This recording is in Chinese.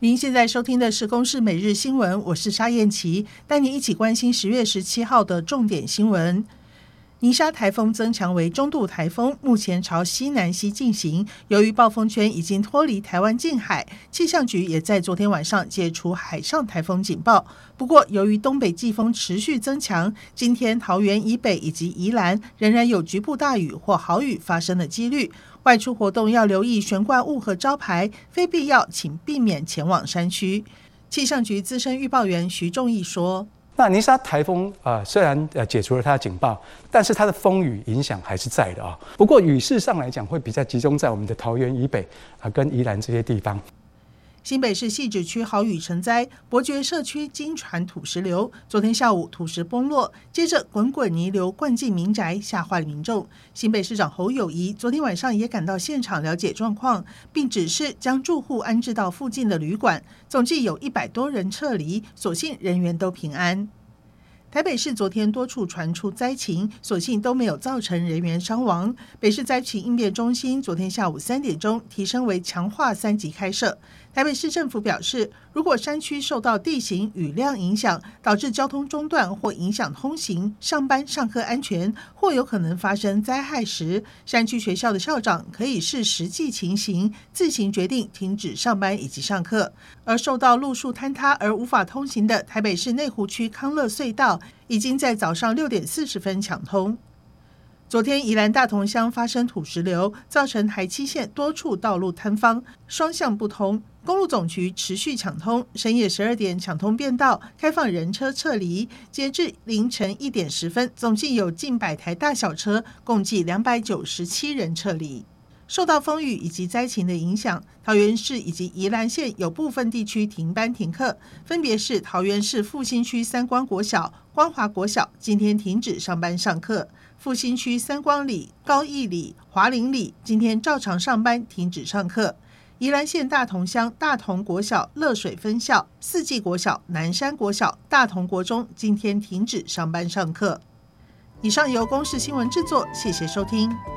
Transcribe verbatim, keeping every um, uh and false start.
您现在收听的是公视每日新闻，我是沙燕琪，带您一起关心十月十七号的重点新闻。尼莎台风增强为中度台风，目前朝西南西进行。由于暴风圈已经脱离台湾近海，气象局也在昨天晚上解除海上台风警报。不过，由于东北季风持续增强，今天桃园以北以及宜兰仍然有局部大雨或豪雨发生的几率。外出活动要留意悬挂物和招牌，非必要请避免前往山区。气象局资深预报员徐仲义说， 那尼莎台风啊、呃，虽然呃解除了它的警报，但是它的风雨影响还是在的啊。不过雨势上来讲，会比较集中在我们的桃园以北啊、呃、跟宜兰这些地方。 新北市汐止区豪雨成灾，伯爵社区经传土石流，昨天下午土石崩落，接着滚滚泥流灌进民宅，吓坏了民众。新北市长侯友宜昨天晚上也赶到现场了解状况，并指示将住户安置到附近的旅馆，总计有一百多人撤离，所幸人员都平安。台北市昨天多处传出灾情，所幸都没有造成人员伤亡。北市灾情应变中心昨天下午三点钟提升为强化三级开设。台北市政府表示，如果山区受到地形雨量影响，导致交通中断或影响通行、上班上课安全，或有可能发生灾害时，山区学校的校长可以视实际情形自行决定停止上班以及上课。而受到路树坍塌而无法通行的台北市内湖区康乐隧道，已经在早上六点四十分抢通。昨天宜兰大同乡发生土石流，造成台七线多处道路坍方，双向不通。公路总局持续抢通，深夜十二点抢通便道，开放人车撤离。截至凌晨一点十分，总计有近百台大小车，共计两百九十七人撤离。受到风雨以及灾情的影响，桃园市以及宜兰县有部分地区停班停课，分别是桃园市复兴区三光国小、光华国小今天停止上班上课，复兴区三光里、高义里、华林里今天照常上班停止上课。宜兰县大同乡大同国小乐水分校、四季国小、南山国小、大同国中今天停止上班上课。以上由公视新闻制作，谢谢收听。